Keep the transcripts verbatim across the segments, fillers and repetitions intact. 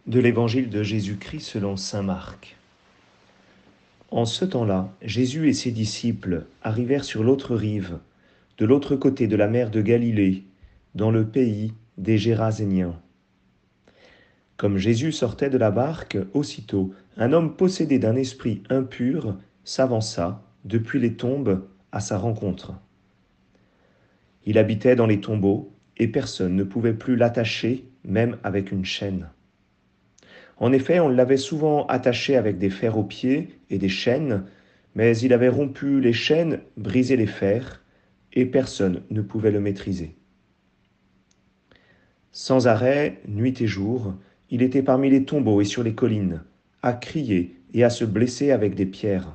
De l'Évangile de Jésus-Christ selon saint Marc. En ce temps-là, Jésus et ses disciples arrivèrent sur l'autre rive, de l'autre côté de la mer de Galilée, dans le pays des Géraséniens. Comme Jésus sortait de la barque, aussitôt, un homme possédé d'un esprit impur s'avança, depuis les tombes, à sa rencontre. Il habitait dans les tombeaux, et personne ne pouvait plus l'attacher, même avec une chaîne. En effet, on l'avait souvent attaché avec des fers aux pieds et des chaînes, mais il avait rompu les chaînes, brisé les fers, et personne ne pouvait le maîtriser. Sans arrêt, nuit et jour, il était parmi les tombeaux et sur les collines, à crier et à se blesser avec des pierres.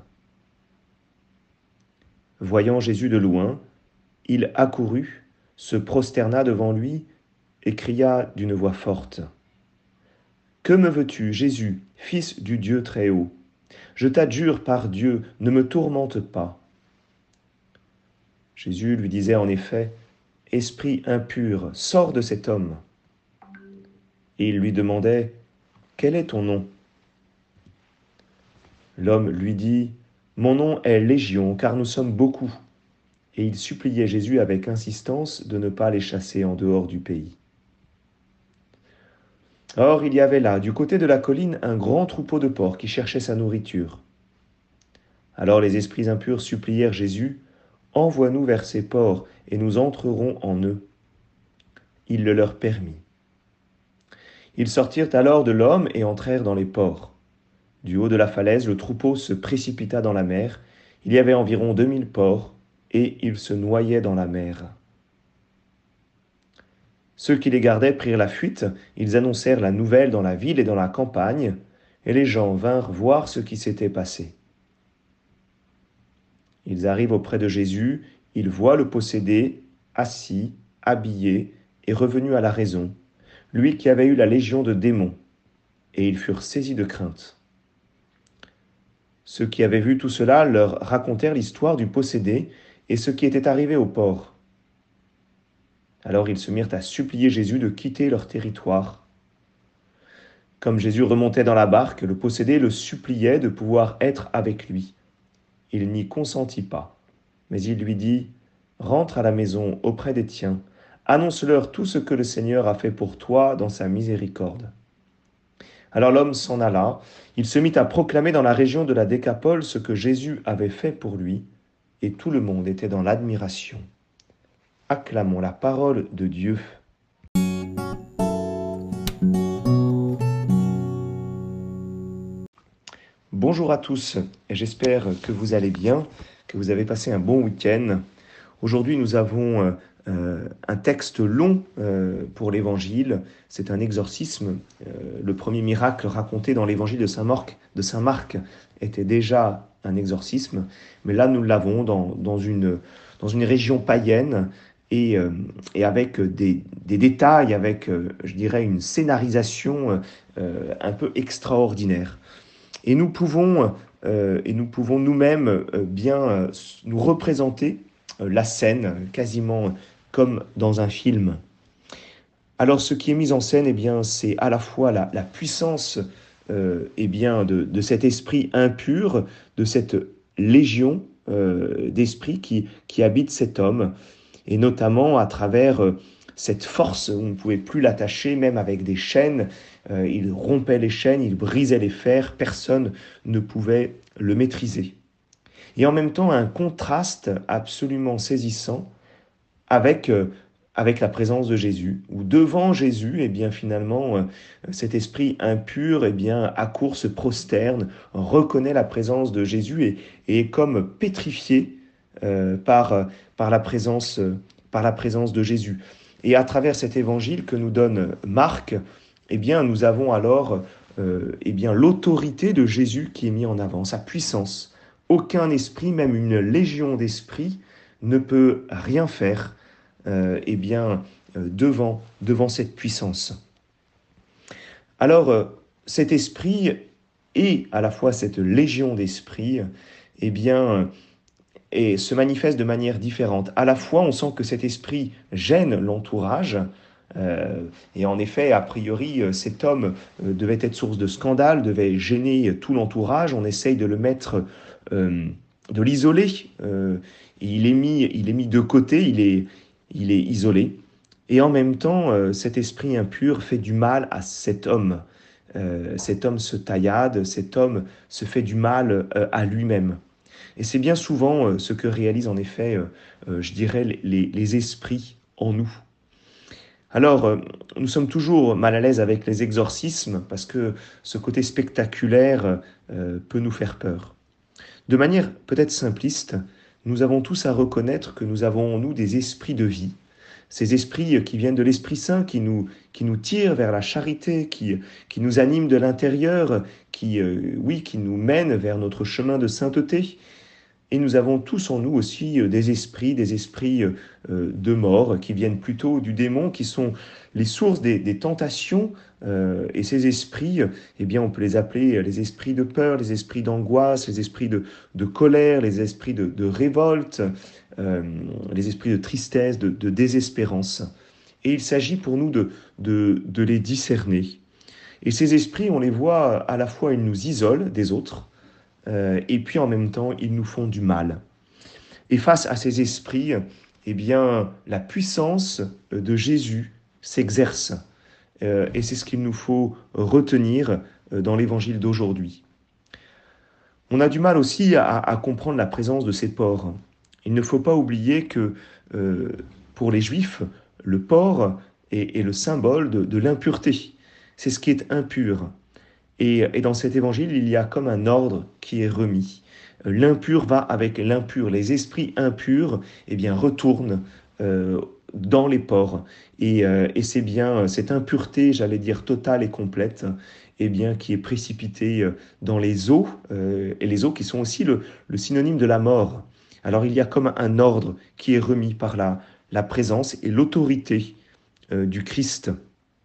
Voyant Jésus de loin, il accourut, se prosterna devant lui et cria d'une voix forte : « Que me veux-tu, Jésus, fils du Dieu très haut ? Je t'adjure par Dieu, ne me tourmente pas. » Jésus lui disait en effet : « Esprit impur, sors de cet homme. » Et il lui demandait : « Quel est ton nom ? » L'homme lui dit : « Mon nom est Légion, car nous sommes beaucoup. » Et il suppliait Jésus avec insistance de ne pas les chasser en dehors du pays. Or, il y avait là, du côté de la colline, un grand troupeau de porcs qui cherchait sa nourriture. Alors les esprits impurs supplièrent Jésus : « Envoie-nous vers ces porcs, et nous entrerons en eux. » Il le leur permit. Ils sortirent alors de l'homme et entrèrent dans les porcs. Du haut de la falaise, le troupeau se précipita dans la mer. Il y avait environ deux mille porcs, et ils se noyaient dans la mer. Ceux qui les gardaient prirent la fuite, ils annoncèrent la nouvelle dans la ville et dans la campagne, et les gens vinrent voir ce qui s'était passé. Ils arrivent auprès de Jésus, ils voient le possédé, assis, habillé et revenu à la raison, lui qui avait eu la légion de démons, et ils furent saisis de crainte. Ceux qui avaient vu tout cela leur racontèrent l'histoire du possédé et ce qui était arrivé au porc. Alors ils se mirent à supplier Jésus de quitter leur territoire. Comme Jésus remontait dans la barque, le possédé le suppliait de pouvoir être avec lui. Il n'y consentit pas, mais il lui dit : « Rentre à la maison auprès des tiens, annonce-leur tout ce que le Seigneur a fait pour toi dans sa miséricorde. » Alors l'homme s'en alla, il se mit à proclamer dans la région de la Décapole ce que Jésus avait fait pour lui, et tout le monde était dans l'admiration. Acclamons la parole de Dieu. Bonjour à tous, et j'espère que vous allez bien, que vous avez passé un bon week-end. Aujourd'hui, nous avons euh, un texte long euh, pour l'Évangile. C'est un exorcisme. Euh, le premier miracle raconté dans l'Évangile de Saint Marc, de Saint Marc était déjà un exorcisme, mais là, nous l'avons dans, dans, une, dans une région païenne, Et, euh, et avec des, des détails, avec, euh, je dirais, une scénarisation euh, un peu extraordinaire. Et nous pouvons, euh, et nous pouvons nous-mêmes euh, bien euh, nous représenter euh, la scène quasiment comme dans un film. Alors, ce qui est mis en scène, eh bien, c'est à la fois la, la puissance euh, eh bien, de, de cet esprit impur, de cette légion euh, d'esprit qui, qui habite cet homme, et notamment à travers euh, cette force où on ne pouvait plus l'attacher, même avec des chaînes. Euh, il rompait les chaînes, il brisait les fers, personne ne pouvait le maîtriser. Et en même temps, un contraste absolument saisissant avec, euh, avec la présence de Jésus, où devant Jésus, eh bien, finalement, euh, cet esprit impur eh bien, accourt, se prosterne, reconnaît la présence de Jésus et, et est comme pétrifié Euh, par, par, la présence, par la présence de Jésus. Et à travers cet évangile que nous donne Marc, eh bien, nous avons alors euh, eh bien, l'autorité de Jésus qui est mise en avant, sa puissance. Aucun esprit, même une légion d'esprits, ne peut rien faire euh, eh bien, euh, devant, devant cette puissance. Alors, euh, cet esprit et à la fois cette légion d'esprits, eh bien, et se manifeste de manière différente. À la fois, on sent que cet esprit gêne l'entourage, Euh, et en effet, a priori, euh, cet homme euh, devait être source de scandale, devait gêner tout l'entourage. On essaye de le mettre, euh, de l'isoler. Euh, et il est mis, il est mis de côté, il est, il est isolé. Et en même temps, euh, cet esprit impur fait du mal à cet homme. Euh, cet homme se taillade, cet homme se fait du mal euh, à lui-même. Et c'est bien souvent euh, ce que réalisent en effet, euh, euh, je dirais, les, les esprits en nous. Alors, euh, nous sommes toujours mal à l'aise avec les exorcismes parce que ce côté spectaculaire euh, peut nous faire peur. De manière peut-être simpliste, nous avons tous à reconnaître que nous avons en nous des esprits de vie, ces esprits qui viennent de l'Esprit Saint, qui nous, qui nous tirent vers la charité, qui, qui nous animent de l'intérieur, qui, euh, oui, qui nous mènent vers notre chemin de sainteté. Et nous avons tous en nous aussi euh, des esprits, des esprits euh, de mort qui viennent plutôt du démon, qui sont les sources des, des tentations. Euh, et ces esprits, eh bien, on peut les appeler les esprits de peur, les esprits d'angoisse, les esprits de, de colère, les esprits de, de révolte, euh, les esprits de tristesse, de, de désespérance. Et il s'agit pour nous de, de, de les discerner. Et ces esprits, on les voit à la fois, ils nous isolent des autres, euh, et puis en même temps, ils nous font du mal. Et face à ces esprits, eh bien, la puissance de Jésus s'exerce. Euh, et c'est ce qu'il nous faut retenir dans l'évangile d'aujourd'hui. On a du mal aussi à, à comprendre la présence de ces porcs. Il ne faut pas oublier que euh, pour les Juifs, le porc est, est le symbole de, de l'impureté. C'est ce qui est impur. Et, et dans cet évangile, il y a comme un ordre qui est remis. L'impur va avec l'impur. Les esprits impurs, eh bien, retournent euh, dans les porcs. Et, euh, et c'est bien cette impureté, j'allais dire totale et complète, eh bien, qui est précipitée dans les eaux, euh, et les eaux qui sont aussi le, le synonyme de la mort. Alors il y a comme un ordre qui est remis par la, la présence et l'autorité euh, du Christ.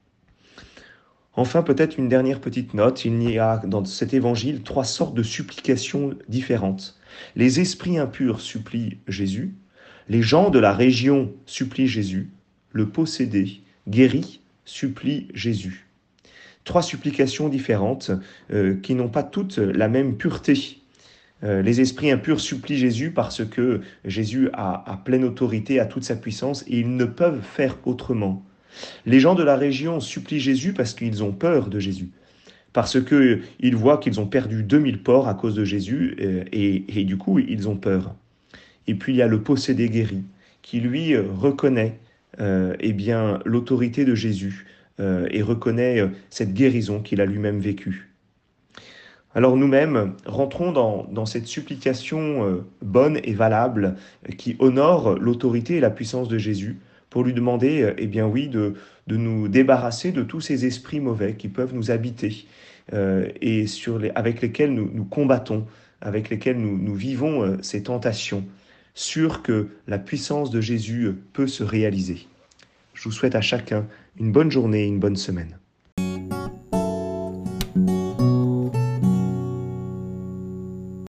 Enfin, peut-être une dernière petite note, il y a dans cet évangile trois sortes de supplications différentes. Les esprits impurs supplient Jésus, les gens de la région supplient Jésus, le possédé, guéri, supplie Jésus. Trois supplications différentes euh, qui n'ont pas toutes la même pureté. Euh, les esprits impurs supplient Jésus parce que Jésus a, a pleine autorité, a toute sa puissance et ils ne peuvent faire autrement. Les gens de la région supplient Jésus parce qu'ils ont peur de Jésus, parce qu'ils voient qu'ils ont perdu deux mille porcs à cause de Jésus, et, et, et du coup, ils ont peur. Et puis, il y a le possédé guéri, qui lui reconnaît euh, eh bien, l'autorité de Jésus euh, et reconnaît euh, cette guérison qu'il a lui-même vécue. Alors nous-mêmes, rentrons dans, dans cette supplication euh, bonne et valable euh, qui honore l'autorité et la puissance de Jésus, pour lui demander, euh, eh bien oui, de, de nous débarrasser de tous ces esprits mauvais qui peuvent nous habiter euh, et sur les, avec lesquels nous, nous combattons, avec lesquels nous, nous vivons euh, ces tentations, sûrs que la puissance de Jésus peut se réaliser. Je vous souhaite à chacun une bonne journée et une bonne semaine.